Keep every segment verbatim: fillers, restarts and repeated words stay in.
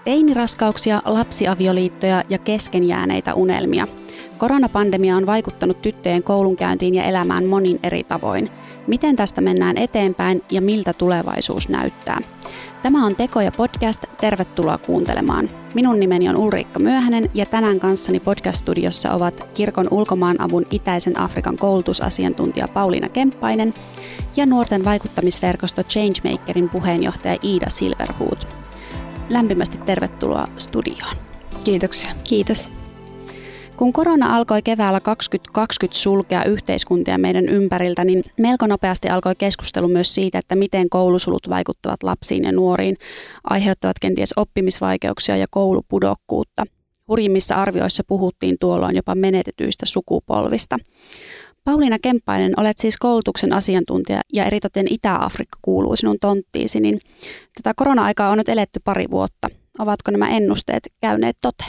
Teiniraskauksia, lapsiavioliittoja ja keskenjääneitä unelmia. Koronapandemia on vaikuttanut tyttöjen koulunkäyntiin ja elämään monin eri tavoin. Miten tästä mennään eteenpäin ja miltä tulevaisuus näyttää? Tämä on Tekoja podcast. Tervetuloa kuuntelemaan. Minun nimeni on Ulriikka Myöhänen ja tänään kanssani podcast-studiossa ovat Kirkon ulkomaanavun Itäisen Afrikan koulutusasiantuntija Pauliina Kemppainen ja nuorten vaikuttamisverkosto Changemakerin puheenjohtaja Iida Silverhout. Lämpimästi tervetuloa studioon. Kiitoksia. Kiitos. Kun korona alkoi keväällä kaksituhattakaksikymmentä sulkea yhteiskuntia meidän ympäriltä, niin melko nopeasti alkoi keskustelu myös siitä, että miten koulusulut vaikuttavat lapsiin ja nuoriin, aiheuttavat kenties oppimisvaikeuksia ja koulupudokkuutta. Hurjimmissa arvioissa puhuttiin tuolloin jopa menetetyistä sukupolvista. Pauliina Kemppainen, olet siis koulutuksen asiantuntija ja eritoten Itä-Afrikka kuuluu sinun tonttiisi, niin tätä korona-aikaa on nyt eletty pari vuotta. Ovatko nämä ennusteet käyneet toteen?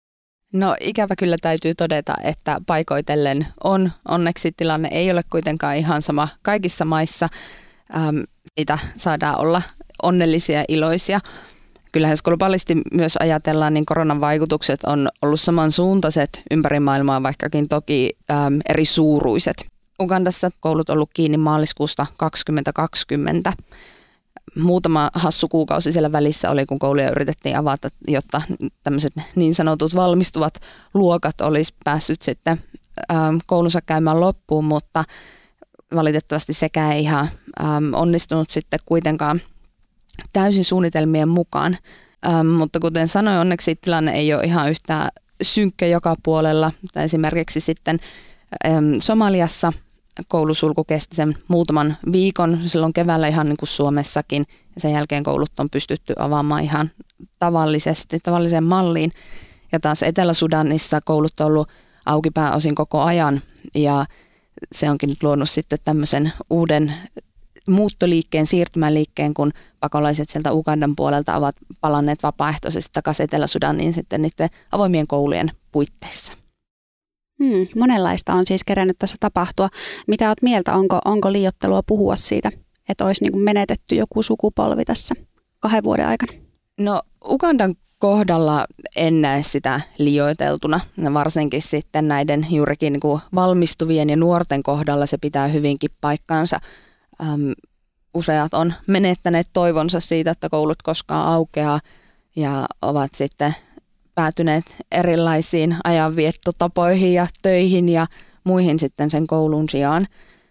No ikävä kyllä täytyy todeta, että paikoitellen on. Onneksi tilanne ei ole kuitenkaan ihan sama kaikissa maissa. Ähm, siitä saadaan olla onnellisia ja iloisia. Kyllähän jos globaalisti myös ajatellaan, niin koronan vaikutukset on ollut samansuuntaiset ympäri maailmaa, vaikkakin toki ähm, eri suuruiset. Ugandassa koulut on ollut kiinni maaliskuusta kaksituhattakaksikymmentä. Muutama hassu kuukausi siellä välissä oli, kun kouluja yritettiin avata, jotta tämmöiset niin sanotut valmistuvat luokat olisi päässyt sitten ähm, koulunsa käymään loppuun, mutta valitettavasti sekään ei ihan ähm, onnistunut sitten kuitenkaan täysin suunnitelmien mukaan. Ähm, mutta kuten sanoin, onneksi tilanne ei ole ihan yhtä synkkä joka puolella. Esimerkiksi sitten ähm, Somaliassa koulusulku kesti sen muutaman viikon silloin keväällä ihan niin kuin Suomessakin. Ja sen jälkeen koulut on pystytty avaamaan ihan tavallisesti, tavalliseen malliin. Ja taas Etelä-Sudanissa koulut on ollut auki pääosin koko ajan. Ja se onkin nyt luonut sitten tämmöisen uuden muuttoliikkeen, siirtymäliikkeen, kun pakolaiset sieltä Ugandan puolelta ovat palanneet vapaaehtoisesti takaisin Etelä-Sudaniin sitten niiden avoimien koulujen puitteissa. Hmm, monenlaista on siis kerännyt tässä tapahtua. Mitä olet mieltä, onko, onko liioittelua puhua siitä, että olisi niin kuin menetetty joku sukupolvi tässä kahden vuoden aikana? No Ugandan kohdalla en näe sitä liioiteltuna, varsinkin sitten näiden juurikin niin kuin valmistuvien ja nuorten kohdalla se pitää hyvinkin paikkaansa. Um, useat on menettäneet toivonsa siitä, että koulut koskaan aukeaa ja ovat sitten päätyneet erilaisiin ajanviettotapoihin ja töihin ja muihin sitten sen koulun sijaan.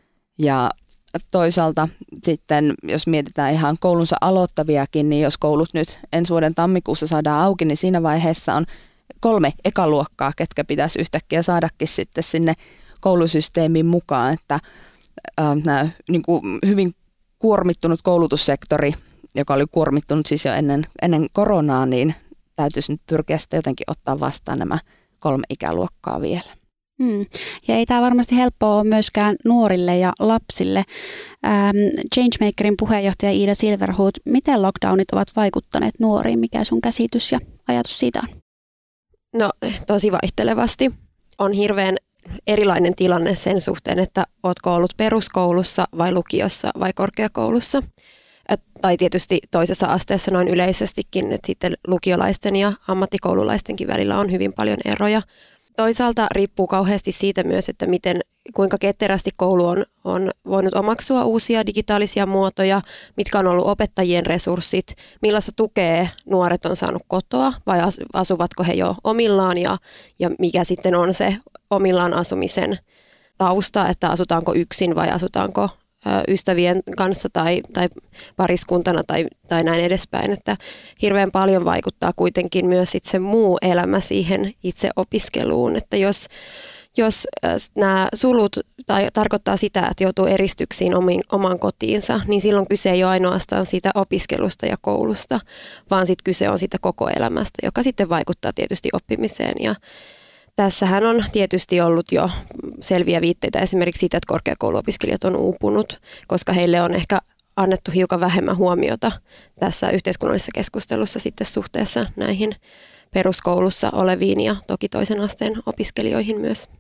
Ja toisaalta sitten, jos mietitään ihan koulunsa aloittaviakin, niin jos koulut nyt ensi vuoden tammikuussa saadaan auki, niin siinä vaiheessa on kolme ekaluokkaa, ketkä pitäisi yhtäkkiä saadakin sitten sinne koulusysteemin mukaan, että äh, nämä niin kuin hyvin kuormittunut koulutussektori, joka oli kuormittunut siis jo ennen, ennen koronaa, niin täytyisi nyt pyrkiä sitten jotenkin ottaa vastaan nämä kolme ikäluokkaa vielä. Hmm. Ja ei tämä varmasti helppoa ole myöskään nuorille ja lapsille. Ähm, Changemakerin puheenjohtaja Iida Silverhout, miten lockdownit ovat vaikuttaneet nuoriin? Mikä sun käsitys ja ajatus siitä on? No tosi vaihtelevasti. On hirveän erilainen tilanne sen suhteen, että ootko ollut peruskoulussa vai lukiossa vai korkeakoulussa. Tai tietysti toisessa asteessa noin yleisestikin, että sitten lukiolaisten ja ammattikoululaistenkin välillä on hyvin paljon eroja. Toisaalta riippuu kauheasti siitä myös, että miten, kuinka ketterästi koulu on, on voinut omaksua uusia digitaalisia muotoja, mitkä on ollut opettajien resurssit, millaista tukea nuoret on saanut kotoa vai asuvatko he jo omillaan ja, ja mikä sitten on se omillaan asumisen tausta, että asutaanko yksin vai asutaanko ystävien kanssa tai, tai pariskuntana tai, tai näin edespäin, että hirveän paljon vaikuttaa kuitenkin myös sit se muu elämä siihen itse opiskeluun, että jos, jos nämä sulut tai tarkoittaa sitä, että joutuu eristyksiin omiin, omaan kotiinsa, niin silloin kyse ei ole ainoastaan siitä opiskelusta ja koulusta, vaan sitten kyse on siitä koko elämästä, joka sitten vaikuttaa tietysti oppimiseen ja tässähän on tietysti ollut jo selviä viitteitä esimerkiksi siitä, että korkeakouluopiskelijat on uupunut, koska heille on ehkä annettu hiukan vähemmän huomiota tässä yhteiskunnallisessa keskustelussa sitten suhteessa näihin peruskoulussa oleviin ja toki toisen asteen opiskelijoihin myös.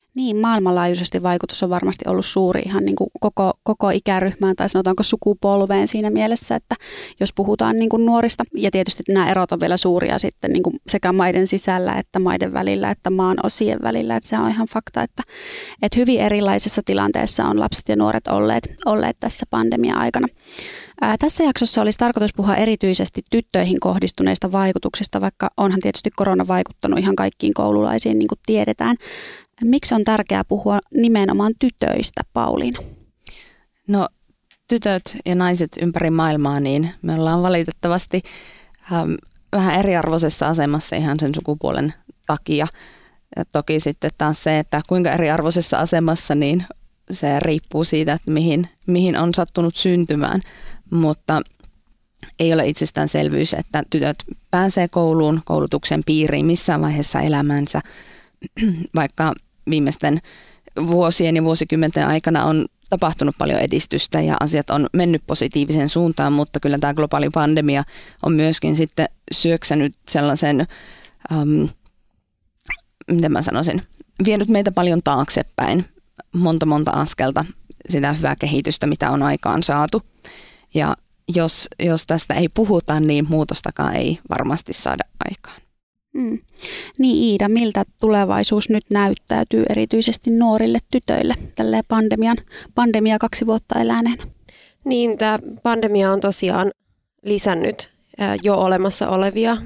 Niin, maailmanlaajuisesti vaikutus on varmasti ollut suuri ihan niin kuin koko, koko ikäryhmään tai sanotaanko sukupolveen siinä mielessä, että jos puhutaan niin kuin nuorista. Ja tietysti nämä erot on vielä suuria sitten niin kuin sekä maiden sisällä että maiden välillä että maan osien välillä. Että se on ihan fakta, että, että hyvin erilaisessa tilanteessa on lapset ja nuoret olleet, olleet tässä pandemia-aikana. Ää, tässä jaksossa olisi tarkoitus puhua erityisesti tyttöihin kohdistuneista vaikutuksista, vaikka onhan tietysti korona vaikuttanut ihan kaikkiin koululaisiin, niin kuin tiedetään. Miksi on tärkeää puhua nimenomaan tytöistä, Pauliina? No tytöt ja naiset ympäri maailmaa, niin me ollaan valitettavasti ähm, vähän eriarvoisessa asemassa ihan sen sukupuolen takia. Ja toki sitten taas se, että kuinka eriarvoisessa asemassa, niin se riippuu siitä, että mihin, mihin on sattunut syntymään. Mutta ei ole itsestäänselvyys, että tytöt pääsee kouluun, koulutuksen piiriin missään vaiheessa elämänsä, vaikka viimeisten vuosien ja vuosikymmenten aikana on tapahtunut paljon edistystä ja asiat on mennyt positiiviseen suuntaan, mutta kyllä tämä globaali pandemia on myöskin sitten syöksänyt sellaisen, ähm, miten mä sanoisin, vienyt meitä paljon taaksepäin, monta monta askelta sitä hyvää kehitystä, mitä on aikaan saatu. Ja jos, jos tästä ei puhuta, niin muutostakaan ei varmasti saada aikaan. Mm. Niin Iida, miltä tulevaisuus nyt näyttäytyy erityisesti nuorille tytöille tälleen pandemian, pandemia kaksi vuotta eläneenä? Niin, tämä pandemia on tosiaan lisännyt jo olemassa olevia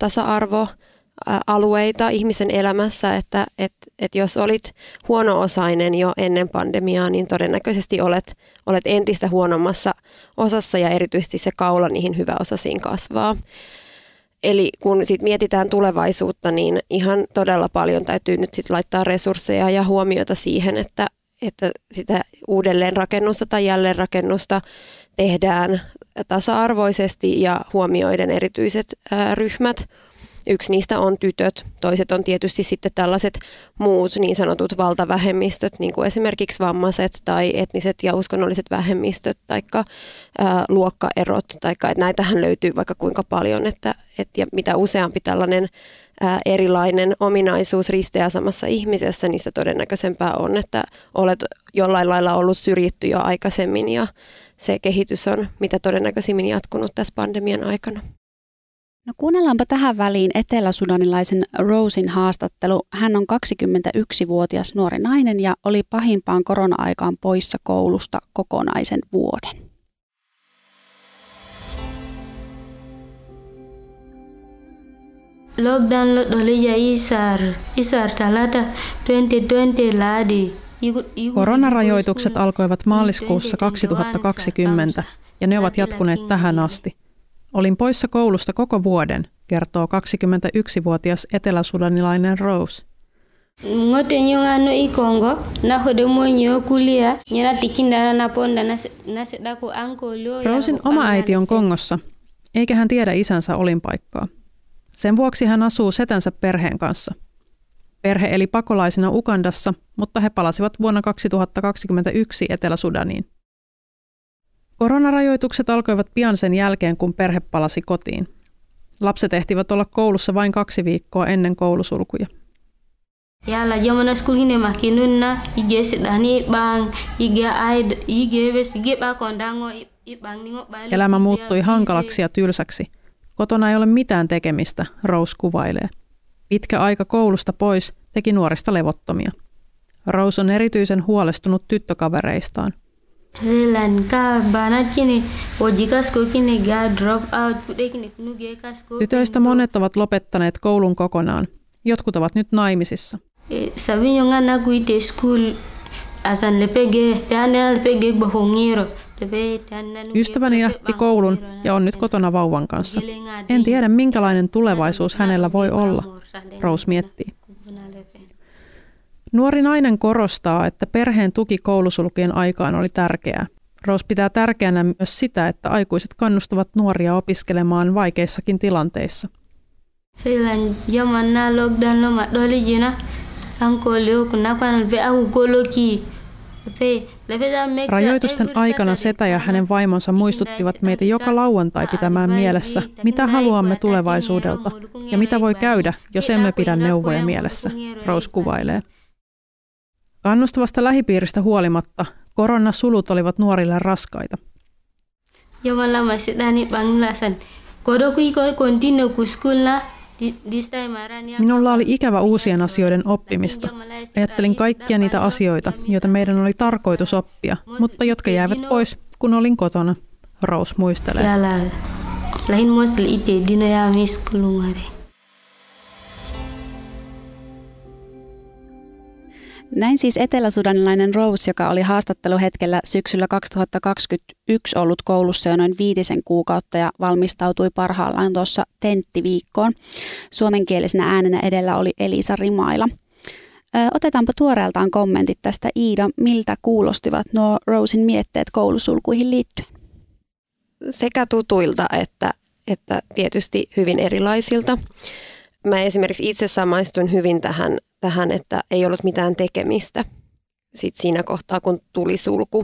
epätasa-arvoalueita ihmisen elämässä, että et, et jos olit huono-osainen jo ennen pandemiaa, niin todennäköisesti olet, olet entistä huonommassa osassa ja erityisesti se kaula niihin hyväosaisiin kasvaa. Eli kun sit mietitään tulevaisuutta, niin ihan todella paljon täytyy nyt sit laittaa resursseja ja huomiota siihen, että, että sitä uudelleenrakennusta tai jälleenrakennusta tehdään tasa-arvoisesti ja huomioiden erityiset ää, ryhmät. Yksi niistä on tytöt, toiset on tietysti sitten tällaiset muut niin sanotut valtavähemmistöt, niin kuin esimerkiksi vammaiset tai etniset ja uskonnolliset vähemmistöt tai luokkaerot, taikka, että näitähän löytyy vaikka kuinka paljon, että, että ja mitä useampi tällainen ää, erilainen ominaisuus risteäsamassa ihmisessä, niin sitä todennäköisempää on, että olet jollain lailla ollut syrjitty jo aikaisemmin ja se kehitys on mitä todennäköisimmin jatkunut tässä pandemian aikana. No kuunnellaanpa tähän väliin eteläsudanilaisen Rosen haastattelu. Hän on kaksikymmentäyksivuotias nuori nainen ja oli pahimpaan korona-aikaan poissa koulusta kokonaisen vuoden. Lockdown lodoliya isar isar talata kaksituhattakaksikymmentä ladi. Koronarajoitukset alkoivat maaliskuussa kaksituhattakaksikymmentä ja ne ovat jatkuneet tähän asti. Olin poissa koulusta koko vuoden, kertoo kaksikymmentäyksivuotias eteläsudanilainen Rose. Rosen oma äiti on Kongossa, eikä hän tiedä isänsä olinpaikkaa. Sen vuoksi hän asuu setänsä perheen kanssa. Perhe eli pakolaisina Ugandassa, mutta he palasivat vuonna kaksituhattakaksikymmentäyksi Etelä-Sudaniin. Koronarajoitukset alkoivat pian sen jälkeen, kun perhe palasi kotiin. Lapset ehtivät olla koulussa vain kaksi viikkoa ennen koulusulkuja. Elämä muuttui hankalaksi ja tylsäksi. Kotona ei ole mitään tekemistä, Rose kuvailee. Pitkä aika koulusta pois teki nuorista levottomia. Rose on erityisen huolestunut tyttökavereistaan. Tytöistä monet ovat lopettaneet koulun kokonaan. Jotkut ovat nyt naimisissa. Ystäväni jätti koulun ja on nyt kotona vauvan kanssa. En tiedä, minkälainen tulevaisuus hänellä voi olla, Rose miettii. Nuori nainen korostaa, että perheen tuki koulusulkujen aikaan oli tärkeää. Rose pitää tärkeänä myös sitä, että aikuiset kannustavat nuoria opiskelemaan vaikeissakin tilanteissa. Rajoitusten aikana setä ja hänen vaimonsa muistuttivat meitä joka lauantai pitämään mielessä, mitä haluamme tulevaisuudelta ja mitä voi käydä, jos emme pidä neuvoja mielessä, Rose kuvailee. Kannustavasta lähipiiristä huolimatta koronasulut olivat nuorille raskaita. Minulla oli ikävä uusien asioiden oppimista. Ajattelin kaikkia niitä asioita, joita meidän oli tarkoitus oppia, mutta jotka jäivät pois, kun olin kotona. Rose muistelee. Näin siis eteläsudanilainen Rose, joka oli haastatteluhetkellä syksyllä kaksituhattakaksikymmentäyksi ollut koulussa jo noin viitisen kuukautta ja valmistautui parhaillaan tuossa tenttiviikkoon. Suomenkielisenä äänenä edellä oli Elisa Rimaila. Ö, otetaanpa tuoreeltaan kommentit tästä. Iida, miltä kuulostivat nuo Rosen mietteet koulusulkuihin liittyen? Sekä tutuilta että, että tietysti hyvin erilaisilta. Mä esimerkiksi itse samaistuin hyvin tähän, tähän, että ei ollut mitään tekemistä sit siinä kohtaa, kun tuli sulku.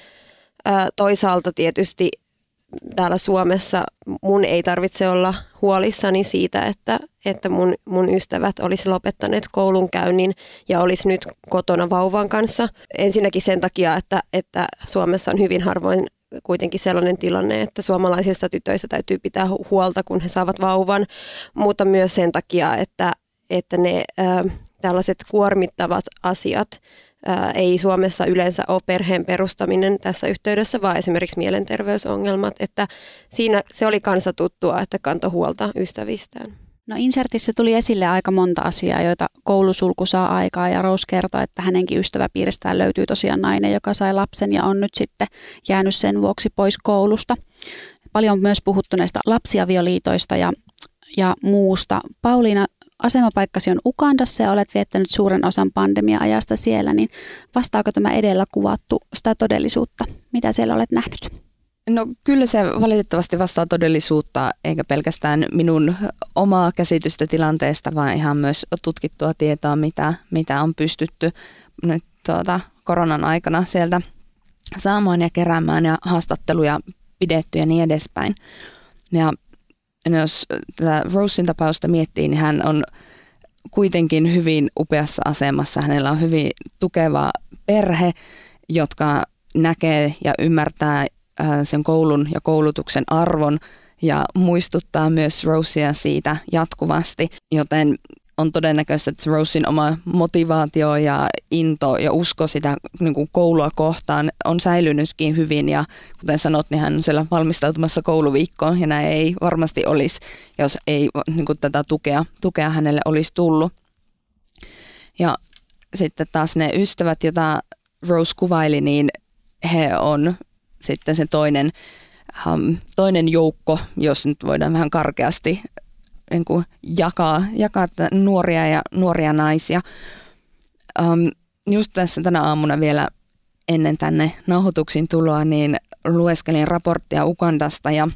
Ö, toisaalta tietysti täällä Suomessa mun ei tarvitse olla huolissani siitä, että, että mun, mun ystävät olisi lopettaneet koulunkäynnin ja olisi nyt kotona vauvan kanssa. Ensinnäkin sen takia, että, että Suomessa on hyvin harvoin kuitenkin sellainen tilanne, että suomalaisista tytöistä täytyy pitää huolta, kun he saavat vauvan, mutta myös sen takia, että, että ne ä, tällaiset kuormittavat asiat ä, ei Suomessa yleensä ole perheen perustaminen tässä yhteydessä, vaan esimerkiksi mielenterveysongelmat, että siinä se oli kanssa tuttua, että kantoi huolta ystävistään. No insertissä tuli esille aika monta asiaa, joita koulusulku saa aikaa ja Rose kertoi, että hänenkin ystäväpiiristään löytyy tosiaan nainen, joka sai lapsen ja on nyt sitten jäänyt sen vuoksi pois koulusta. Paljon on myös puhuttu näistä lapsiavioliitoista ja, ja muusta. Pauliina, asemapaikkasi on Ugandassa ja olet viettänyt suuren osan pandemia-ajasta siellä, niin vastaako tämä edellä kuvattu sitä todellisuutta? Mitä siellä olet nähnyt? No kyllä se valitettavasti vastaa todellisuutta, eikä pelkästään minun omaa käsitystä tilanteesta, vaan ihan myös tutkittua tietoa, mitä, mitä on pystytty nyt tuota, koronan aikana sieltä saamaan ja keräämään ja haastatteluja pidetty ja niin edespäin. Ja jos tätä Rosen tapausta miettii, niin hän on kuitenkin hyvin upeassa asemassa. Hänellä on hyvin tukeva perhe, jotka näkee ja ymmärtää sen koulun ja koulutuksen arvon ja muistuttaa myös Rosea siitä jatkuvasti, joten on todennäköistä, että Rosen oma motivaatio ja into ja usko sitä niin kuin koulua kohtaan on säilynytkin hyvin ja kuten sanot, niin hän on siellä valmistautumassa kouluviikkoon ja näin ei varmasti olisi, jos ei niin kuin tätä tukea, tukea hänelle olisi tullut. Ja sitten taas ne ystävät, joita Rose kuvaili, niin he on sitten se toinen, um, toinen joukko, jos nyt voidaan vähän karkeasti niin kuin jakaa, jakaa nuoria ja nuoria naisia. Um, just tässä tänä aamuna vielä ennen tänne nauhoituksiin tuloa, niin lueskelin raporttia Ugandasta ja,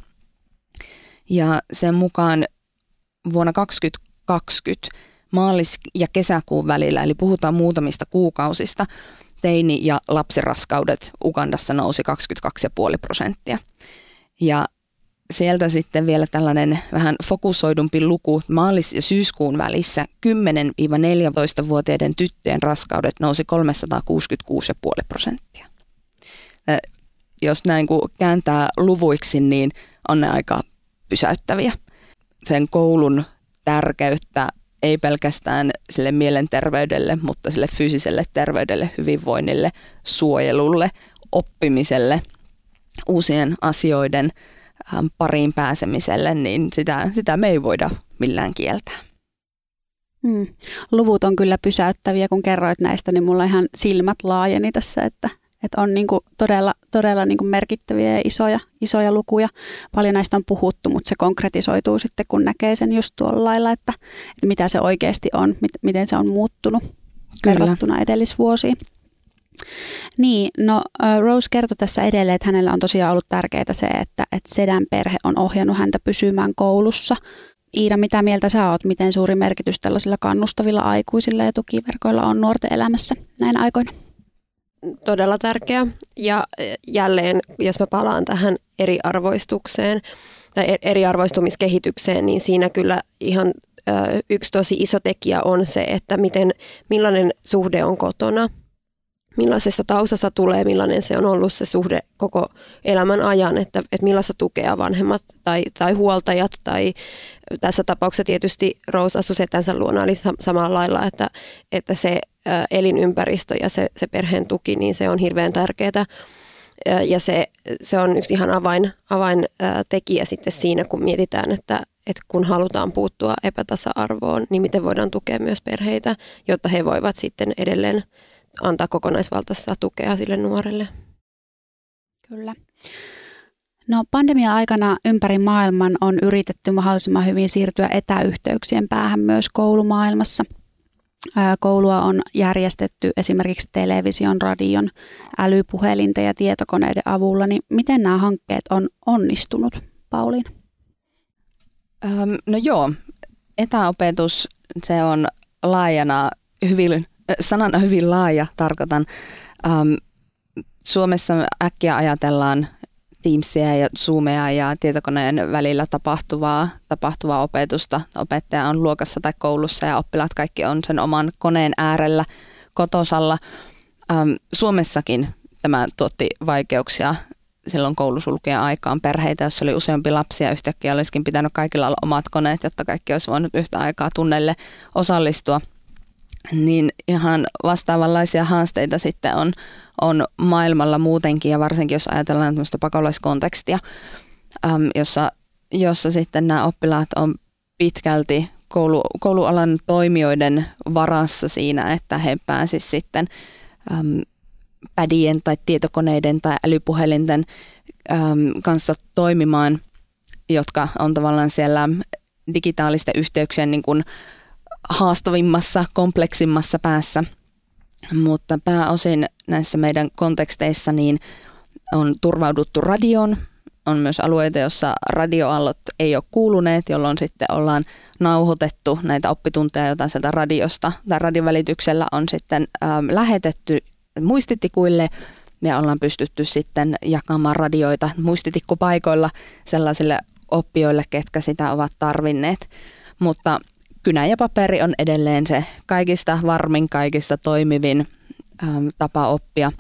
ja sen mukaan vuonna kaksituhattakaksikymmentä maalis- ja kesäkuun välillä, eli puhutaan muutamista kuukausista, teini- ja lapsiraskaudet Ugandassa nousi kaksikymmentäkaksi pilkku viisi prosenttia. Ja sieltä sitten vielä tällainen vähän fokusoidumpi luku maalis- ja syyskuun välissä kymmenen-neljätoistavuotiaiden tyttöjen raskaudet nousi kolmesataakuusikymmentäkuusi pilkku viisi prosenttia. Jos näin kun kääntää luvuiksi, niin on ne aika pysäyttäviä. Sen koulun tärkeyttä ei pelkästään sille mielenterveydelle, mutta sille fyysiselle terveydelle, hyvinvoinnille, suojelulle, oppimiselle, uusien asioiden pariin pääsemiselle, niin sitä, sitä me ei voida millään kieltää. Hmm. Luvut on kyllä pysäyttäviä, kun kerroit näistä, niin mulla ihan silmät laajeni tässä, että, että on niinku todella, todella niinku merkittäviä ja isoja, isoja lukuja. Paljon näistä on puhuttu, mutta se konkretisoituu sitten, kun näkee sen just tuolla lailla, että, että mitä se oikeasti on, mit, miten se on muuttunut kyllä verrattuna edellisvuosiin. Niin, no Rose kertoi tässä edelleen, että hänellä on tosiaan ollut tärkeää se, että, että sedän perhe on ohjannut häntä pysymään koulussa. Iida, mitä mieltä sä oot, miten suuri merkitys tällaisilla kannustavilla aikuisilla ja tukiverkoilla on nuorten elämässä näinä aikoina? Todella tärkeä. Ja jälleen, jos mä palaan tähän eriarvoistukseen tai eriarvoistumiskehitykseen, niin siinä kyllä ihan yksi tosi iso tekijä on se, että miten, millainen suhde on kotona. millaisesta taustasta tulee, millainen se on ollut se suhde koko elämän ajan, että, että millaista tukea vanhemmat tai, tai huoltajat tai tässä tapauksessa tietysti Rose asui setänsä luona, eli samalla lailla, että, että se ä, elinympäristö ja se, se perheen tuki, niin se on hirveän tärkeää. Ja se, se on yksi ihan avain, avaintekijä sitten siinä, kun mietitään, että, että kun halutaan puuttua epätasa-arvoon, niin miten voidaan tukea myös perheitä, jotta he voivat sitten edelleen antaa kokonaisvaltaista tukea sille nuorelle. Kyllä. No, pandemia-aikana ympäri maailman on yritetty mahdollisimman hyvin siirtyä etäyhteyksien päähän myös koulumaailmassa. Koulua on järjestetty esimerkiksi television, radion, älypuhelinten ja tietokoneiden avulla. Niin miten nämä hankkeet on onnistunut, Pauliina? Ähm, no joo, etäopetus, se on laajana, hyvin, sanana hyvin laaja, tarkoitan. Ähm, Suomessa äkkiä ajatellaan Teamsia ja Zoomia ja tietokoneen välillä tapahtuvaa, tapahtuvaa opetusta. Opettaja on luokassa tai koulussa ja oppilaat kaikki on sen oman koneen äärellä kotosalla. Ähm, Suomessakin tämä tuotti vaikeuksia silloin koulusulkujen aikaan. Perheitä, jossa oli useampi lapsi ja yhtäkkiä olisikin pitänyt kaikilla olla omat koneet, jotta kaikki olisi voinut yhtä aikaa tunneille osallistua. Niin ihan vastaavanlaisia haasteita sitten on, on maailmalla muutenkin ja varsinkin jos ajatellaan tämmöistä pakolaiskontekstia, äm, jossa, jossa sitten nämä oppilaat on pitkälti koulu, koulualan toimijoiden varassa siinä, että he pääsisivät sitten äm, pädien tai tietokoneiden tai älypuhelinten äm, kanssa toimimaan, jotka on tavallaan siellä digitaalisten yhteyksien niin kuin haastavimmassa, kompleksimmassa päässä, mutta pääosin näissä meidän konteksteissa niin on turvauduttu radioon. On myös alueita, joissa radioaallot ei ole kuuluneet, jolloin sitten ollaan nauhoitettu näitä oppitunteja, joita sieltä radiosta tai radiovälityksellä on sitten ähm, lähetetty muistitikuille ja ollaan pystytty sitten jakamaan radioita muistitikkupaikoilla sellaisille oppijoille, ketkä sitä ovat tarvinneet, mutta kynä ja paperi on edelleen se kaikista varmin, kaikista toimivin äm, tapa oppia.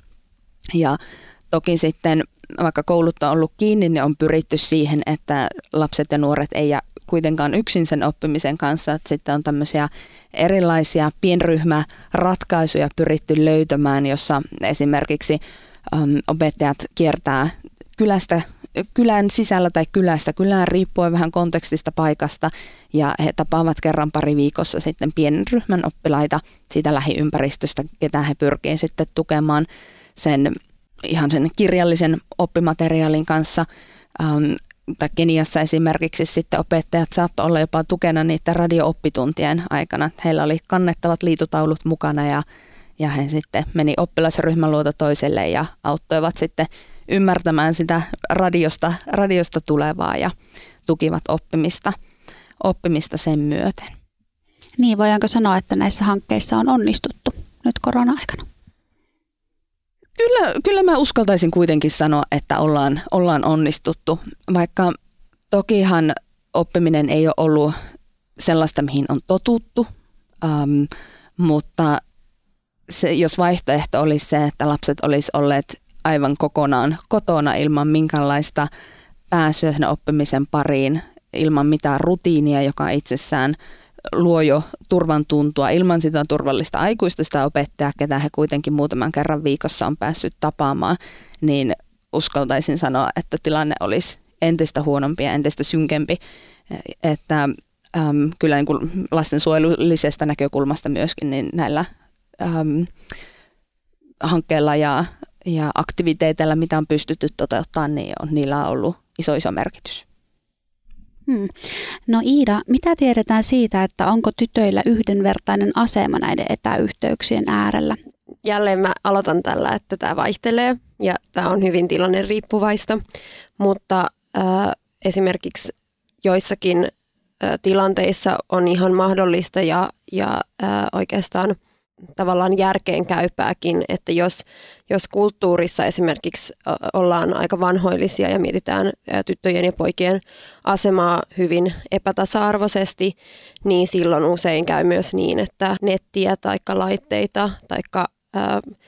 Ja toki sitten, vaikka koulut on ollut kiinni, niin on pyritty siihen, että lapset ja nuoret ei jää kuitenkaan yksin sen oppimisen kanssa. Että sitten on tämmöisiä erilaisia pienryhmäratkaisuja pyritty löytämään, jossa esimerkiksi äm, opettajat kiertää kylästä kylän sisällä tai kylästä kylään riippuen vähän kontekstista paikasta ja he tapaavat kerran pari viikossa sitten pienen ryhmän oppilaita siitä lähiympäristöstä, ketä he pyrkii sitten tukemaan sen ihan sen kirjallisen oppimateriaalin kanssa. Ähm, tai Keniassa esimerkiksi sitten opettajat saattoi olla jopa tukena niiden radio-oppituntien aikana. Heillä oli kannettavat liitutaulut mukana ja, ja he sitten meni oppilasryhmän luota toiselle ja auttoivat sitten ymmärtämään sitä radiosta, radiosta tulevaa ja tukivat oppimista, oppimista sen myöten. Niin, voidaanko sanoa, että näissä hankkeissa on onnistuttu nyt korona-aikana? Kyllä, kyllä mä uskaltaisin kuitenkin sanoa, että ollaan, ollaan onnistuttu, vaikka tokihan oppiminen ei ole ollut sellaista, mihin on totuttu, ähm, mutta se, jos vaihtoehto olisi se, että lapset olisi olleet aivan kokonaan kotona ilman minkäänlaista pääsyä sen oppimisen pariin, ilman mitään rutiinia, joka itsessään luo jo turvan tuntua, ilman sitä turvallista aikuista sitä opettajaa, ketä he kuitenkin muutaman kerran viikossa on päässyt tapaamaan, niin uskaltaisin sanoa, että tilanne olisi entistä huonompi ja entistä synkempi. Että äm, kyllä niin kuin lastensuojelullisesta näkökulmasta myöskin niin näillä äm, hankkeilla ja Ja aktiviteeteilla, mitä on pystytty toteuttamaan, niin on, niillä on ollut iso iso merkitys. Hmm. No Iida, mitä tiedetään siitä, että onko tytöillä yhdenvertainen asema näiden etäyhteyksien äärellä? Jälleen mä aloitan tällä, että tämä vaihtelee ja tämä on hyvin tilanne riippuvaista, mutta äh, esimerkiksi joissakin äh, tilanteissa on ihan mahdollista ja, ja äh, oikeastaan tavallaan järkeen käypääkin, että jos, jos kulttuurissa esimerkiksi ollaan aika vanhoillisia ja mietitään tyttöjen ja poikien asemaa hyvin epätasa-arvoisesti, niin silloin usein käy myös niin, että nettiä tai laitteita tai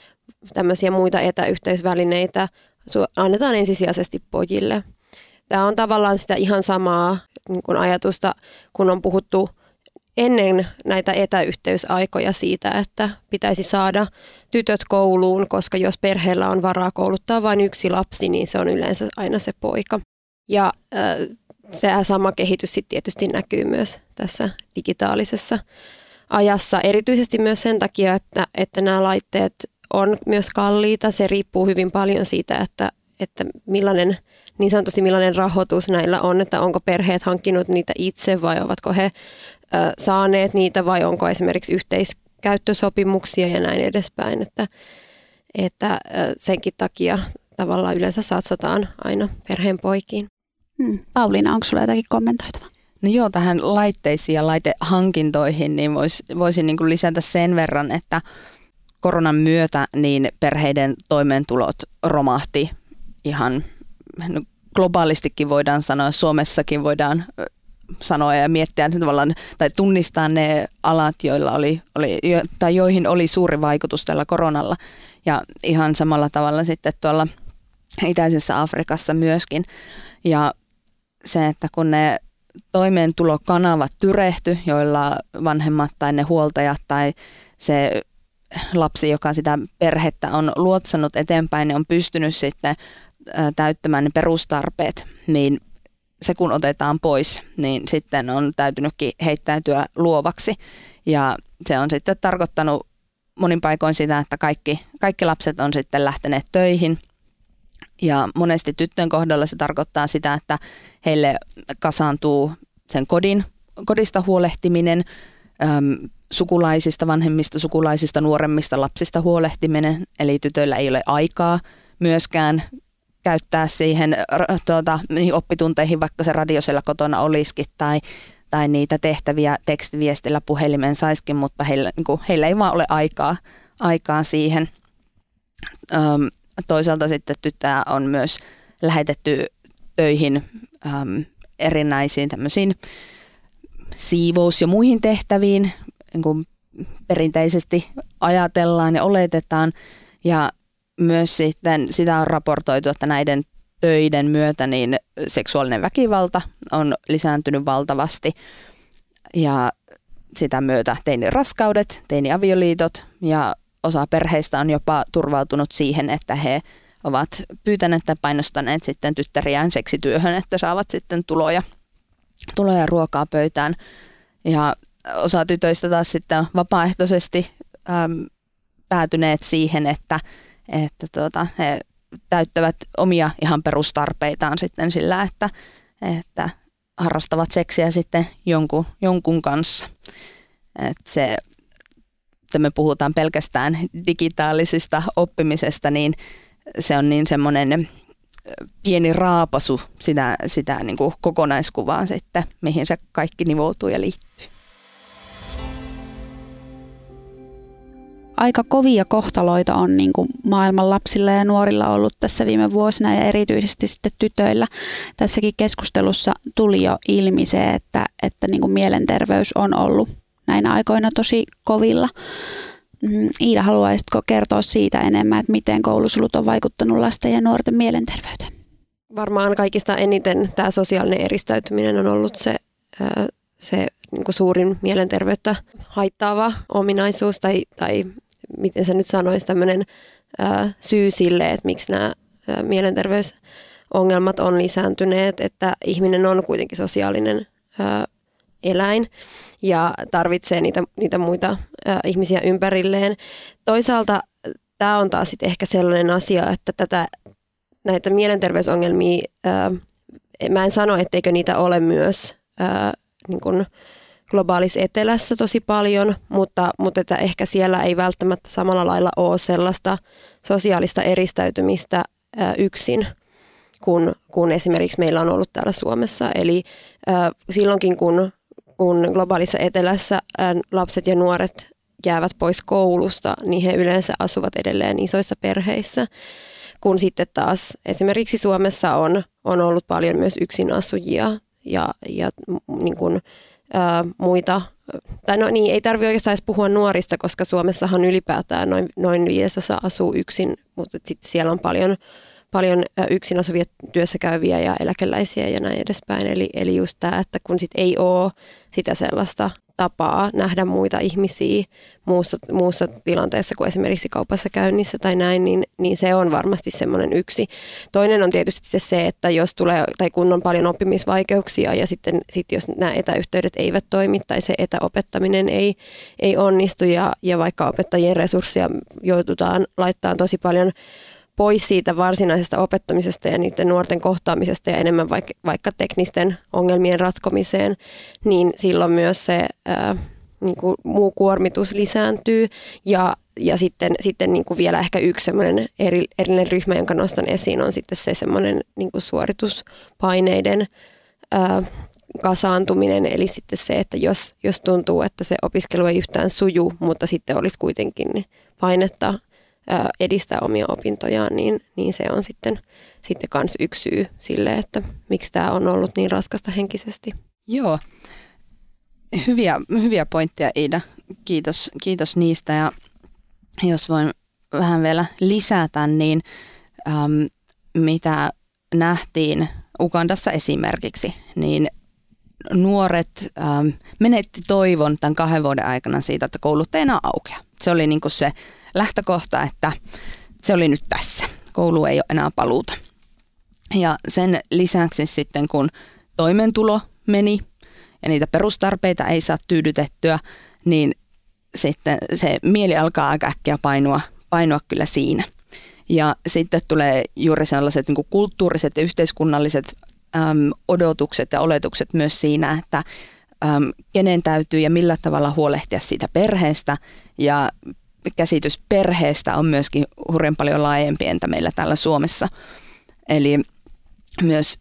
tämmöisiä muita etäyhteysvälineitä annetaan ensisijaisesti pojille. Tämä on tavallaan sitä ihan samaa niin kuin ajatusta, kun on puhuttu ennen näitä etäyhteysaikoja siitä, että pitäisi saada tytöt kouluun, koska jos perheellä on varaa kouluttaa vain yksi lapsi, niin se on yleensä aina se poika. Ja äh, se sama kehitys sitten tietysti näkyy myös tässä digitaalisessa ajassa, erityisesti myös sen takia, että, että nämä laitteet on myös kalliita. Se riippuu hyvin paljon siitä, että, että millainen, niin sanotusti millainen rahoitus näillä on, että onko perheet hankkinut niitä itse vai ovatko he ö, saaneet niitä vai onko esimerkiksi yhteiskäyttösopimuksia ja näin edespäin. Että, että ö, senkin takia tavallaan yleensä satsataan aina perheen poikiin. Hmm. Pauliina, onko sulla jotakin kommentoitavaa? No joo, tähän laitteisiin ja laitehankintoihin niin vois, voisin niin kuin lisätä sen verran, että koronan myötä niin perheiden toimeentulot romahti ihan no, globaalistikin voidaan sanoa, Suomessakin voidaan sanoa ja miettiä tavallaan, tai tunnistaa ne alat, joilla oli, oli, tai joihin oli suuri vaikutus tällä koronalla. Ja ihan samalla tavalla sitten tuolla itäisessä Afrikassa myöskin. Ja se, että kun ne toimeentulokanavat tyrehty, joilla vanhemmat tai ne huoltajat tai se lapsi, joka sitä perhettä on luotsannut eteenpäin, niin on pystynyt sitten täyttämään ne perustarpeet, niin se kun otetaan pois, niin sitten on täytynytkin heittäytyä luovaksi. Ja se on sitten tarkoittanut monin paikoin sitä, että kaikki, kaikki lapset on sitten lähteneet töihin. Ja monesti tyttöjen kohdalla se tarkoittaa sitä, että heille kasaantuu sen kodin, kodista huolehtiminen, äm, sukulaisista, vanhemmista sukulaisista, nuoremmista lapsista huolehtiminen. Eli tytöillä ei ole aikaa myöskään käyttää siihen tuota, oppitunteihin, vaikka se radio siellä kotona olisikin, tai, tai niitä tehtäviä tekstiviestillä puhelimen saisikin, mutta heillä, niin kuin, heillä ei vaan ole aikaa, aikaa siihen. Öm, toisaalta sitten tyttöjä on myös lähetetty töihin äm, erinäisiin tämmöisiin siivous- ja muihin tehtäviin, niin kuin perinteisesti ajatellaan ja oletetaan, ja myös sitten sitä on raportoitu, että näiden töiden myötä niin seksuaalinen väkivalta on lisääntynyt valtavasti ja sitä myötä teiniraskaudet, teiniavioliitot ja osa perheistä on jopa turvautunut siihen, että he ovat pyytäneet tai painostaneet sitten tyttäriään seksityöhön, että saavat sitten tuloja, tuloja ruokaa pöytään. Ja osa tytöistä taas sitten on vapaaehtoisesti äm, päätyneet siihen, että että tuota, he täyttävät omia ihan perustarpeitaan sitten sillä, että, että harrastavat seksiä sitten jonkun, jonkun kanssa. Et se, että me puhutaan pelkästään digitaalisesta oppimisesta, niin se on niin semmoinen pieni raapasu sitä, sitä niin kuin kokonaiskuvaa sitten, mihin se kaikki nivoutuu ja liittyy. Aika kovia kohtaloita on niin kuin maailman lapsilla ja nuorilla ollut tässä viime vuosina ja erityisesti sitten tytöillä. Tässäkin keskustelussa tuli jo ilmi se, että, että niin kuin mielenterveys on ollut näinä aikoina tosi kovilla. Iida, haluaisitko kertoa siitä enemmän, että miten koulusulut on vaikuttanut lasten ja nuorten mielenterveyteen? Varmaan kaikista eniten tämä sosiaalinen eristäytyminen on ollut se, se niin kuin suurin mielenterveyttä haittaava ominaisuus tai, tai miten se nyt sanoisi, tämmöinen ää, syy sille, että miksi nämä ää, mielenterveysongelmat on lisääntyneet, että ihminen on kuitenkin sosiaalinen ää, eläin ja tarvitsee niitä, niitä muita ää, ihmisiä ympärilleen. Toisaalta tämä on taas sit ehkä sellainen asia, että tätä, näitä mielenterveysongelmia, ää, mä en sano, etteikö niitä ole myös ää, niin kuin globaalissa etelässä tosi paljon, mutta, mutta että ehkä siellä ei välttämättä samalla lailla ole sellaista sosiaalista eristäytymistä ää, yksin, kun, kun esimerkiksi meillä on ollut täällä Suomessa. Eli ää, silloinkin, kun, kun globaalissa etelässä ää, lapset ja nuoret jäävät pois koulusta, niin he yleensä asuvat edelleen isoissa perheissä, kun sitten taas esimerkiksi Suomessa on, on ollut paljon myös yksinasujia ja, ja niin kuin ää, muita, tai no niin, ei tarvitse oikeastaan edes puhua nuorista, koska Suomessahan ylipäätään noin, noin viidesosa asuu yksin, mutta sitten siellä on paljon, paljon yksin asuvia työssäkäyviä ja eläkeläisiä ja näin edespäin. Eli, eli just tämä, että kun sit ei ole sitä sellaista tapaa nähdä muita ihmisiä muussa, muussa tilanteessa kuin esimerkiksi kaupassa käynnissä tai näin, niin, niin se on varmasti semmoinen yksi. Toinen on tietysti se, se, että jos tulee, tai kun on paljon oppimisvaikeuksia ja sitten sit jos nämä etäyhteydet eivät toimi tai se etäopettaminen ei, ei onnistu ja, ja vaikka opettajien resursseja joudutaan laittamaan tosi paljon pois siitä varsinaisesta opettamisesta ja niiden nuorten kohtaamisesta ja enemmän vaikka, vaikka teknisten ongelmien ratkomiseen, niin silloin myös se ää, niin kuin muu kuormitus lisääntyy. Ja, ja sitten, sitten niin kuin vielä ehkä yksi semmoinen eri, erillinen ryhmä, jonka nostan esiin, on sitten se semmoinen niin kuin suorituspaineiden ää, kasaantuminen. Eli sitten se, että jos, jos tuntuu, että se opiskelu ei yhtään suju, mutta sitten olisi kuitenkin painetta edistää omia opintojaan, niin, niin se on sitten, sitten kans yksi syy sille, että miksi tämä on ollut niin raskasta henkisesti. Joo, hyviä, hyviä pointteja Iida, kiitos, kiitos niistä ja jos voin vähän vielä lisätä, niin äm, mitä nähtiin Ugandassa esimerkiksi, niin nuoret äm, menetti toivon tämän kahden vuoden aikana siitä, että koulut ei enää aukea. Se oli niin kuin se lähtökohta, että se oli nyt tässä. Koulu ei ole enää paluuta. Ja sen lisäksi sitten, kun toimeentulo meni ja niitä perustarpeita ei saa tyydytettyä, niin sitten se mieli alkaa aika äkkiä painua, painua kyllä siinä. Ja sitten tulee juuri sellaiset niin kuin kulttuuriset ja yhteiskunnalliset äm, odotukset ja oletukset myös siinä, että äm, kenen täytyy ja millä tavalla huolehtia siitä perheestä ja käsitys perheestä on myöskin hurjan paljon laajempi entä meillä täällä Suomessa. Eli myös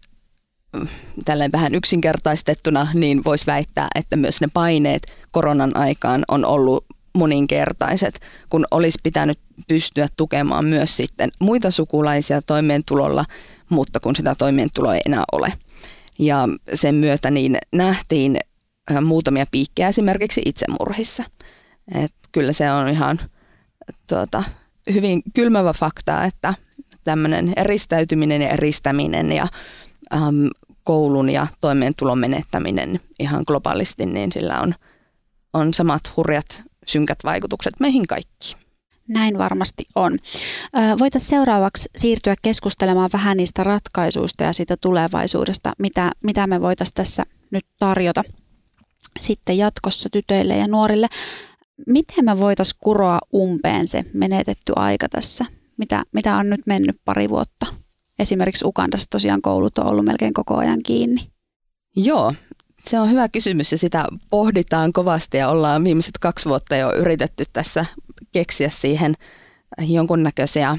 tälleen vähän yksinkertaistettuna niin voisi väittää, että myös ne paineet koronan aikaan on ollut moninkertaiset, kun olisi pitänyt pystyä tukemaan myös sitten muita sukulaisia toimeentulolla, mutta kun sitä toimeentuloa ei enää ole. Ja sen myötä niin nähtiin muutamia piikkejä esimerkiksi itsemurhissa. Et kyllä se on ihan tuota, hyvin kylmävä fakta, että tämmöinen eristäytyminen ja eristäminen ja äm, koulun ja toimeentulon menettäminen ihan globaalisti, niin sillä on, on samat hurjat synkät vaikutukset meihin kaikkiin. Näin varmasti on. Voitaisiin seuraavaksi siirtyä keskustelemaan vähän niistä ratkaisuista ja siitä tulevaisuudesta, mitä, mitä me voitaisiin tässä nyt tarjota sitten jatkossa tytöille ja nuorille. Miten me voitaisiin kuroa umpeen se menetetty aika tässä, mitä, mitä on nyt mennyt pari vuotta? Esimerkiksi Ugandassa tosiaan koulut on ollut melkein koko ajan kiinni. Joo, se on hyvä kysymys ja sitä pohditaan kovasti ja ollaan viimeiset kaksi vuotta jo yritetty tässä keksiä siihen jonkunnäköisiä,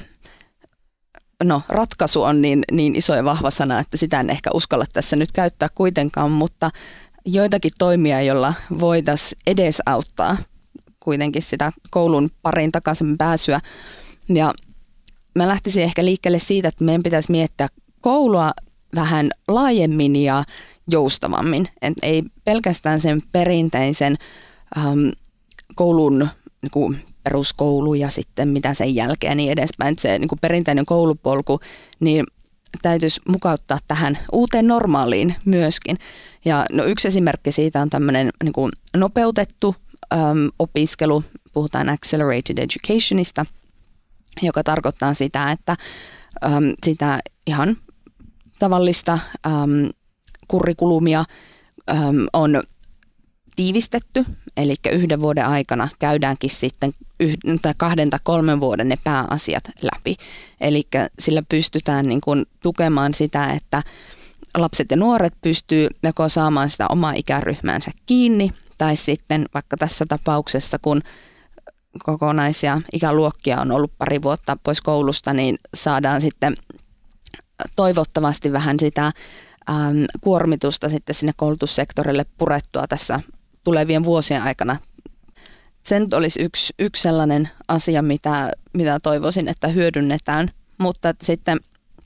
no ratkaisu on niin, niin iso ja vahva sana, että sitä en ehkä uskalla tässä nyt käyttää kuitenkaan, mutta joitakin toimia, joilla voitaisiin edesauttaa kuitenkin sitä koulun pariin takaisin pääsyä. Ja mä lähtisin ehkä liikkeelle siitä, että meidän pitäisi miettiä koulua vähän laajemmin ja joustavammin. Et ei pelkästään sen perinteisen äm, koulun niin kuin peruskoulu ja sitten mitä sen jälkeen ja niin edespäin. Se niin kuin perinteinen koulupolku niin täytyisi mukauttaa tähän uuteen normaaliin myöskin. Ja no, yksi esimerkki siitä on tämmöinen niin kuin nopeutettu äm, opiskelu, puhutaan accelerated educationista, joka tarkoittaa sitä, että äm, sitä ihan tavallista äm, kurrikulumia äm, on tiivistetty, eli yhden vuoden aikana käydäänkin sitten yhden tai kahden tai kolmen vuoden ne pääasiat läpi. Eli sillä pystytään niin kuin tukemaan sitä, että lapset ja nuoret pystyy joko saamaan sitä omaa ikäryhmäänsä kiinni, tai sitten vaikka tässä tapauksessa, kun kokonaisia ikäluokkia on ollut pari vuotta pois koulusta, niin saadaan sitten toivottavasti vähän sitä äm, kuormitusta sitten sinne koulutussektorille purettua tässä tulevien vuosien aikana. Se nyt olisi yksi, yksi sellainen asia, mitä, mitä toivoisin, että hyödynnetään, mutta sitten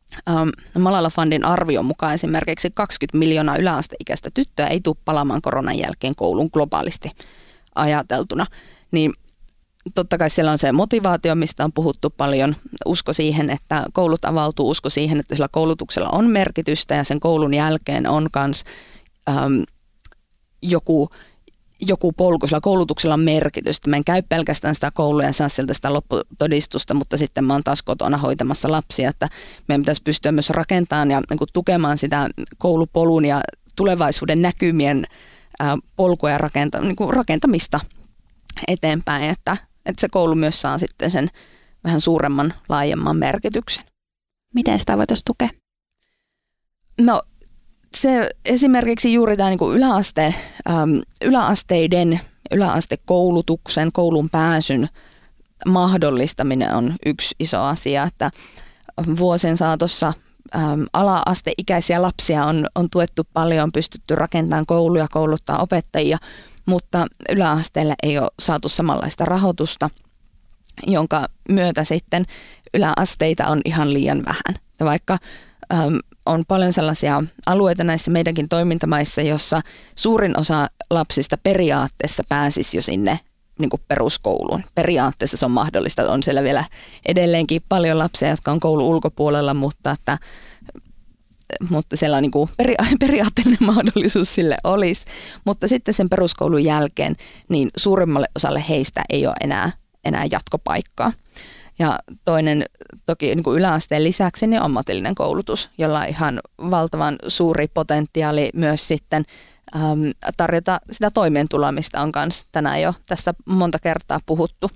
Um, Malala Fundin arvion mukaan esimerkiksi kaksikymmentä miljoonaa yläasteikäistä tyttöä ei tule palaamaan koronan jälkeen koulun globaalisti ajateltuna. Niin totta kai siellä on se motivaatio, mistä on puhuttu paljon, usko siihen, että koulut avautuu, usko siihen, että sillä koulutuksella on merkitystä ja sen koulun jälkeen on myös um, joku joku polku, sillä koulutuksella on merkitystä. Mä en käy pelkästään sitä koulua ja saa sieltä sitä lopputodistusta, mutta sitten mä oon taas kotona hoitamassa lapsia, että meidän pitäisi pystyä myös rakentamaan ja niin kuin tukemaan sitä koulupolun ja tulevaisuuden näkymien ää, polkua ja rakenta, niin kuin rakentamista eteenpäin, että, että se koulu myös saa sitten sen vähän suuremman, laajemman merkityksen. Miten sitä voitaisiin tukea? No, se esimerkiksi juuri tämä niin kuin yläaste, äm, yläasteiden, yläastekoulutuksen, koulun pääsyn mahdollistaminen on yksi iso asia, että vuosien saatossa äm, ala-asteikäisiä lapsia on, on tuettu paljon, pystytty rakentamaan kouluja, kouluttaa opettajia, mutta yläasteelle ei ole saatu samanlaista rahoitusta, jonka myötä sitten yläasteita on ihan liian vähän. Ja vaikka äm, on paljon sellaisia alueita näissä meidänkin toimintamaissa, jossa suurin osa lapsista periaatteessa pääsisi jo sinne niin kuin peruskouluun. Periaatteessa se on mahdollista. On siellä vielä edelleenkin paljon lapsia, jotka on koulun ulkopuolella, mutta, että, mutta siellä on niin kuin peria- periaatteellinen mahdollisuus sille olisi. Mutta sitten sen peruskoulun jälkeen niin suurimmalle osalle heistä ei ole enää, enää jatkopaikkaa. Ja toinen toki niin kuin yläasteen lisäksi niin ammatillinen koulutus, jolla on ihan valtavan suuri potentiaali myös sitten äm, tarjota sitä toimeentuloa, mistä on myös tänään jo tässä monta kertaa puhuttu.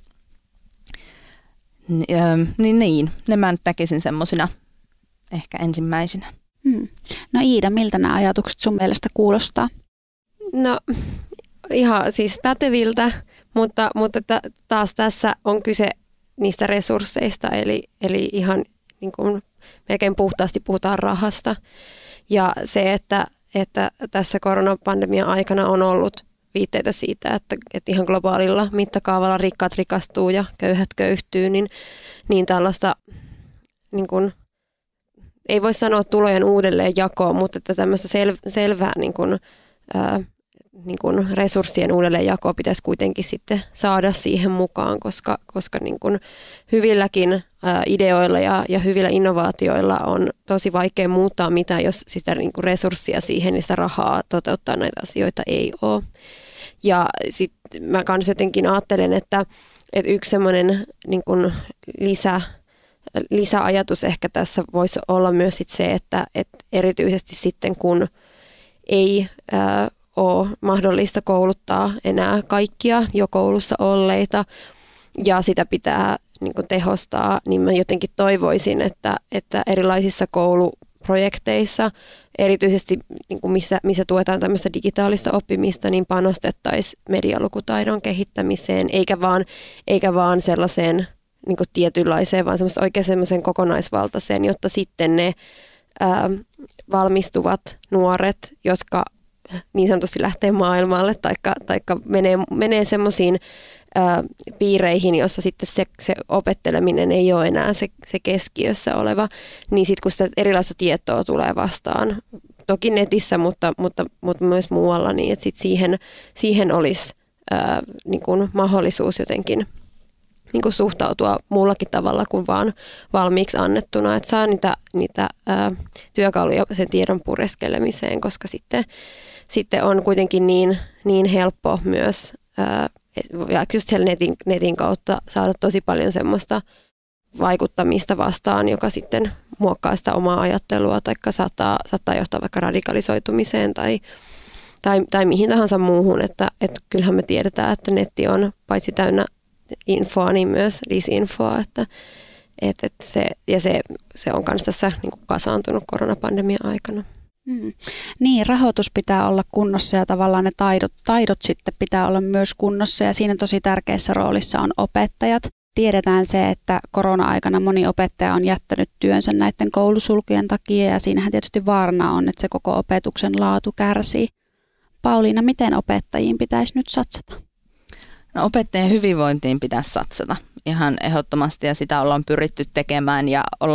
N- äm, niin, niin, ne mä nyt näkisin semmoisina ehkä ensimmäisinä. Hmm. No Iida, miltä nämä ajatukset sun mielestä kuulostaa? No ihan siis päteviltä, mutta, mutta taas tässä on kyse niistä resursseista, eli, eli ihan niin kuin melkein puhtaasti puhutaan rahasta. Ja se, että, että tässä koronapandemian aikana on ollut viitteitä siitä, että, että ihan globaalilla mittakaavalla rikkaat rikastuu ja köyhät köyhtyy, niin, niin tällaista, niin kuin, ei voi sanoa tulojen uudelleenjakoa, mutta että tämmöistä sel, selvää niin kuin, ää, niin kuin resurssien uudelleenjakoa pitäisi kuitenkin sitten saada siihen mukaan, koska, koska niin kuin hyvilläkin ää, ideoilla ja, ja hyvillä innovaatioilla on tosi vaikea muuttaa mitään, jos sitä niin kuin resurssia siihen, niin sitä rahaa toteuttaa näitä asioita ei ole. Ja sitten mä kans jotenkin ajattelen, että, että yksi semmoinen niin kuin lisä, lisäajatus ehkä tässä voisi olla myös sit se, että, että erityisesti sitten kun ei ää, ole mahdollista kouluttaa enää kaikkia jo koulussa olleita ja sitä pitää niin kuin tehostaa, niin mä jotenkin toivoisin, että, että erilaisissa kouluprojekteissa, erityisesti niin kuin missä, missä tuetaan tämmöistä digitaalista oppimista, niin panostettaisiin medialukutaidon kehittämiseen, eikä vaan, eikä vaan sellaiseen niin kuin tietynlaiseen, vaan semmoista oikein semmoiseen kokonaisvaltaiseen, jotta sitten ne ää, valmistuvat nuoret, jotka niin sanotusti lähtee maailmalle taikka, taikka menee, menee semmoisiin piireihin, jossa sitten se, se opetteleminen ei ole enää se, se keskiössä oleva, niin sitten kun sitä erilaista tietoa tulee vastaan, toki netissä, mutta, mutta, mutta myös muualla, niin että sitten siihen, siihen olisi ää, niin kuin mahdollisuus jotenkin niin kuin suhtautua muullakin tavalla kuin vaan valmiiksi annettuna, että saa niitä, niitä ää, työkaluja sen tiedon pureskelemiseen, koska sitten Sitten on kuitenkin niin, niin helppo myös ää, just siellä netin, netin kautta saada tosi paljon semmoista vaikuttamista vastaan, joka sitten muokkaa sitä omaa ajattelua tai saattaa, saattaa johtaa vaikka radikalisoitumiseen tai, tai, tai mihin tahansa muuhun. Että, että kyllähän me tiedetään, että netti on paitsi täynnä infoa, niin myös disinfoa. Että, että se, ja se, se on myös tässä niin kuin kasaantunut koronapandemian aikana. Hmm. Niin, rahoitus pitää olla kunnossa ja tavallaan ne taidot, taidot sitten pitää olla myös kunnossa ja siinä tosi tärkeässä roolissa on opettajat. Tiedetään se, että korona-aikana moni opettaja on jättänyt työnsä näiden koulusulkujen takia ja siinähän tietysti vaarana on, että se koko opetuksen laatu kärsii. Pauliina, miten opettajiin pitäisi nyt satsata? No, opettajien hyvinvointiin pitäisi satsata ihan ehdottomasti ja sitä ollaan pyritty tekemään ja ollaan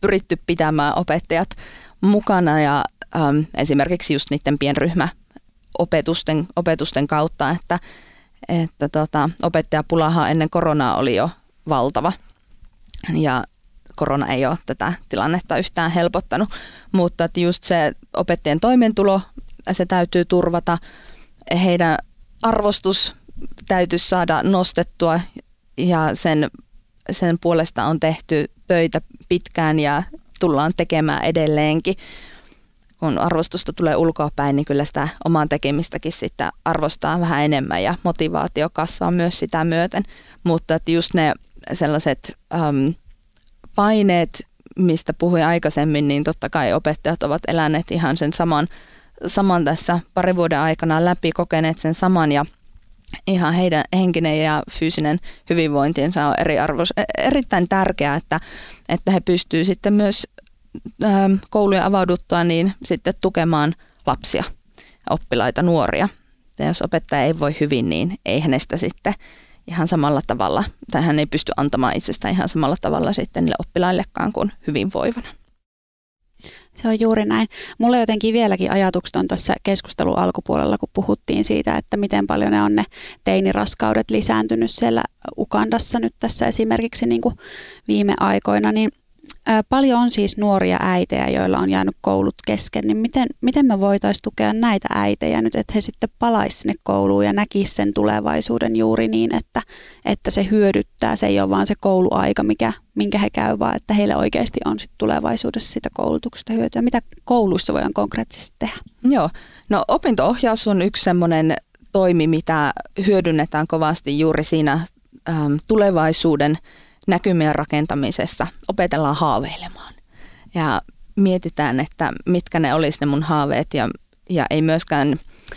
pyritty pitämään opettajat mukana ja äm, esimerkiksi just niiden pienryhmäopetusten opetusten kautta, että, että tota, opettajapulahan ennen koronaa oli jo valtava ja korona ei ole tätä tilannetta yhtään helpottanut, mutta että just se opettajien toimeentulo, se täytyy turvata, heidän arvostus täytyisi saada nostettua ja sen, sen puolesta on tehty töitä pitkään ja tullaan tekemään edelleenkin. Kun arvostusta tulee ulkoapäin, niin kyllä sitä oman tekemistäkin sitten arvostaa vähän enemmän ja motivaatio kasvaa myös sitä myöten. Mutta että just ne sellaiset äm, paineet, mistä puhuin aikaisemmin, niin totta kai opettajat ovat eläneet ihan sen saman, saman tässä parin vuoden aikana läpi, kokeneet sen saman ja ihan heidän henkinen ja fyysinen hyvinvointiensa on eri arvos, erittäin tärkeää, että, että he pystyvät sitten myös ähm, koulujen avauduttua niin sitten tukemaan lapsia, oppilaita, nuoria. Ja jos opettaja ei voi hyvin, niin ei hänestä sitten ihan samalla tavalla, tai hän ei pysty antamaan itsestään ihan samalla tavalla sitten niille oppilaillekaan kuin hyvinvoivana. Se on juuri näin. Mulla jotenkin vieläkin ajatukset on tuossa keskustelun alkupuolella, kun puhuttiin siitä, että miten paljon ne on ne teiniraskaudet lisääntynyt siellä Ugandassa nyt tässä esimerkiksi niin kuin viime aikoina, niin ää, paljon on siis nuoria äitejä, joilla on jäänyt koulut kesken, niin miten, miten me voitaisiin tukea näitä äitejä nyt, että he sitten palaisivat sinne kouluun ja näkisivät sen tulevaisuuden juuri niin, että, että se hyödyttää, se ei ole vaan se kouluaika, mikä, minkä he käy, vaan että heille oikeasti on sitten tulevaisuudessa sitä koulutuksesta hyötyä. Mitä kouluissa voidaan konkreettisesti tehdä? Joo, no opinto-ohjaus on yksi semmoinen toimi, mitä hyödynnetään kovasti juuri siinä äm, tulevaisuuden näkymien rakentamisessa. Opetellaan haaveilemaan ja mietitään, että mitkä ne olisi ne mun haaveet ja, ja ei myöskään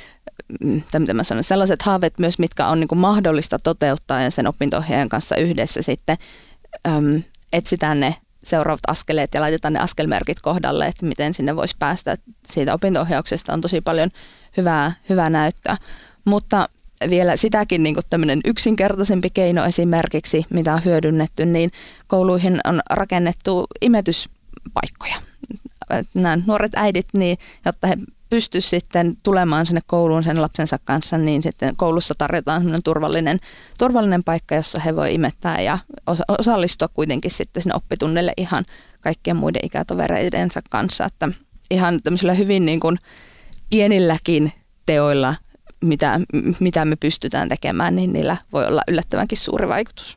mä sanon, sellaiset haaveet myös, mitkä on niin kuin mahdollista toteuttaa ja sen opinto-ohjaajan kanssa yhdessä sitten äm, etsitään ne seuraavat askeleet ja laitetaan ne askelmerkit kohdalle, että miten sinne voisi päästä. Siitä opinto-ohjauksesta on tosi paljon hyvää, hyvää näyttöä, mutta vielä sitäkin niin kuin tämmöinen yksinkertaisempi keino esimerkiksi, mitä on hyödynnetty, niin kouluihin on rakennettu imetyspaikkoja. Nämä nuoret äidit, niin, jotta he pystyisivät sitten tulemaan sinne kouluun sen lapsensa kanssa, niin sitten koulussa tarjotaan sellainen turvallinen, turvallinen paikka, jossa he voi imettää ja osallistua kuitenkin sitten sinne oppitunnille ihan kaikkien muiden ikätovereidensa kanssa. Että ihan tämmöisillä hyvin niin kuin pienilläkin teoilla, mitä, mitä me pystytään tekemään, niin niillä voi olla yllättävänkin suuri vaikutus.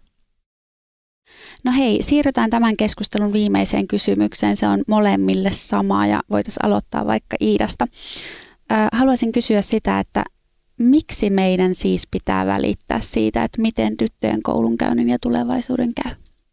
No hei, siirrytään tämän keskustelun viimeiseen kysymykseen. Se on molemmille sama ja voitaisiin aloittaa vaikka Iidasta. Haluaisin kysyä sitä, että miksi meidän siis pitää välittää siitä, että miten tyttöjen koulunkäynnin ja tulevaisuuden käy?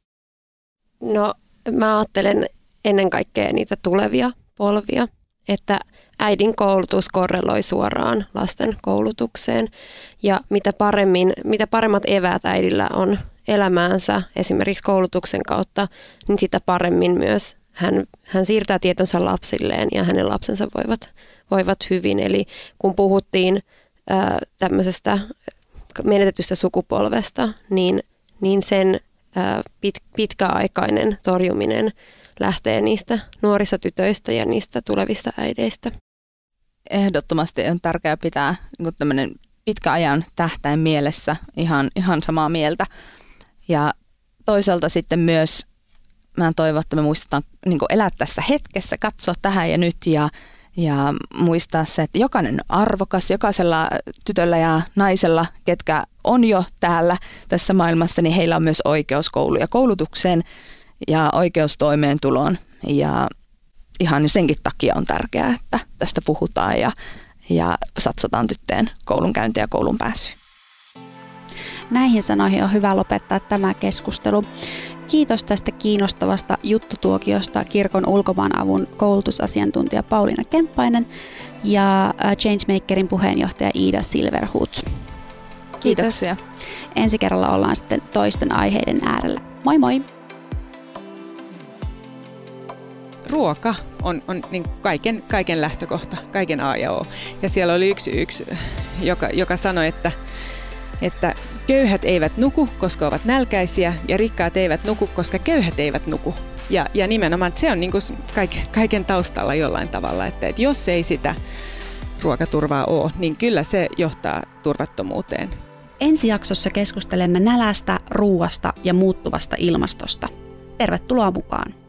No mä ajattelen ennen kaikkea niitä tulevia polvia, että äidin koulutus korreloi suoraan lasten koulutukseen ja mitä, paremmin, mitä paremmat eväät äidillä on elämäänsä esimerkiksi koulutuksen kautta, niin sitä paremmin myös hän, hän siirtää tietonsa lapsilleen ja hänen lapsensa voivat, voivat hyvin. Eli kun puhuttiin ää, tämmöisestä menetetystä sukupolvesta, niin, niin sen ää, pit, pitkäaikainen torjuminen lähtee niistä nuorista tytöistä ja niistä tulevista äideistä. Ehdottomasti on tärkeää pitää niin tämmöinen pitkä ajan tähtäin mielessä, ihan, ihan samaa mieltä. Ja toisaalta sitten myös mä toivon, että me muistetaan niin kuin elää tässä hetkessä, katsoa tähän ja nyt ja, ja muistaa se, että jokainen on arvokas, jokaisella tytöllä ja naisella, ketkä on jo täällä tässä maailmassa, niin heillä on myös oikeus kouluun ja koulutukseen ja oikeus toimeentuloon. Ja ihan senkin takia on tärkeää, että tästä puhutaan ja, ja satsataan tyttöjen koulunkäyntiä ja koulun pääsyyn. Näihin sanoihin on hyvä lopettaa tämä keskustelu. Kiitos tästä kiinnostavasta juttutuokiosta kirkon ulkomaanavun koulutusasiantuntija Pauliina Kemppainen ja Changemakerin puheenjohtaja Iida Silverhut. Kiitoksia. Ensi kerralla ollaan sitten toisten aiheiden äärellä. Moi moi! Ruoka on, on niin kaiken, kaiken lähtökohta, kaiken A ja O. Ja siellä oli yksi, yksi joka, joka sanoi, että että köyhät eivät nuku, koska ovat nälkäisiä, ja rikkaat eivät nuku, koska köyhät eivät nuku. Ja, ja nimenomaan, että se on niin kuin kaiken taustalla jollain tavalla, että, että jos ei sitä ruokaturvaa ole, niin kyllä se johtaa turvattomuuteen. Ensi jaksossa keskustelemme nälästä, ruuasta ja muuttuvasta ilmastosta. Tervetuloa mukaan!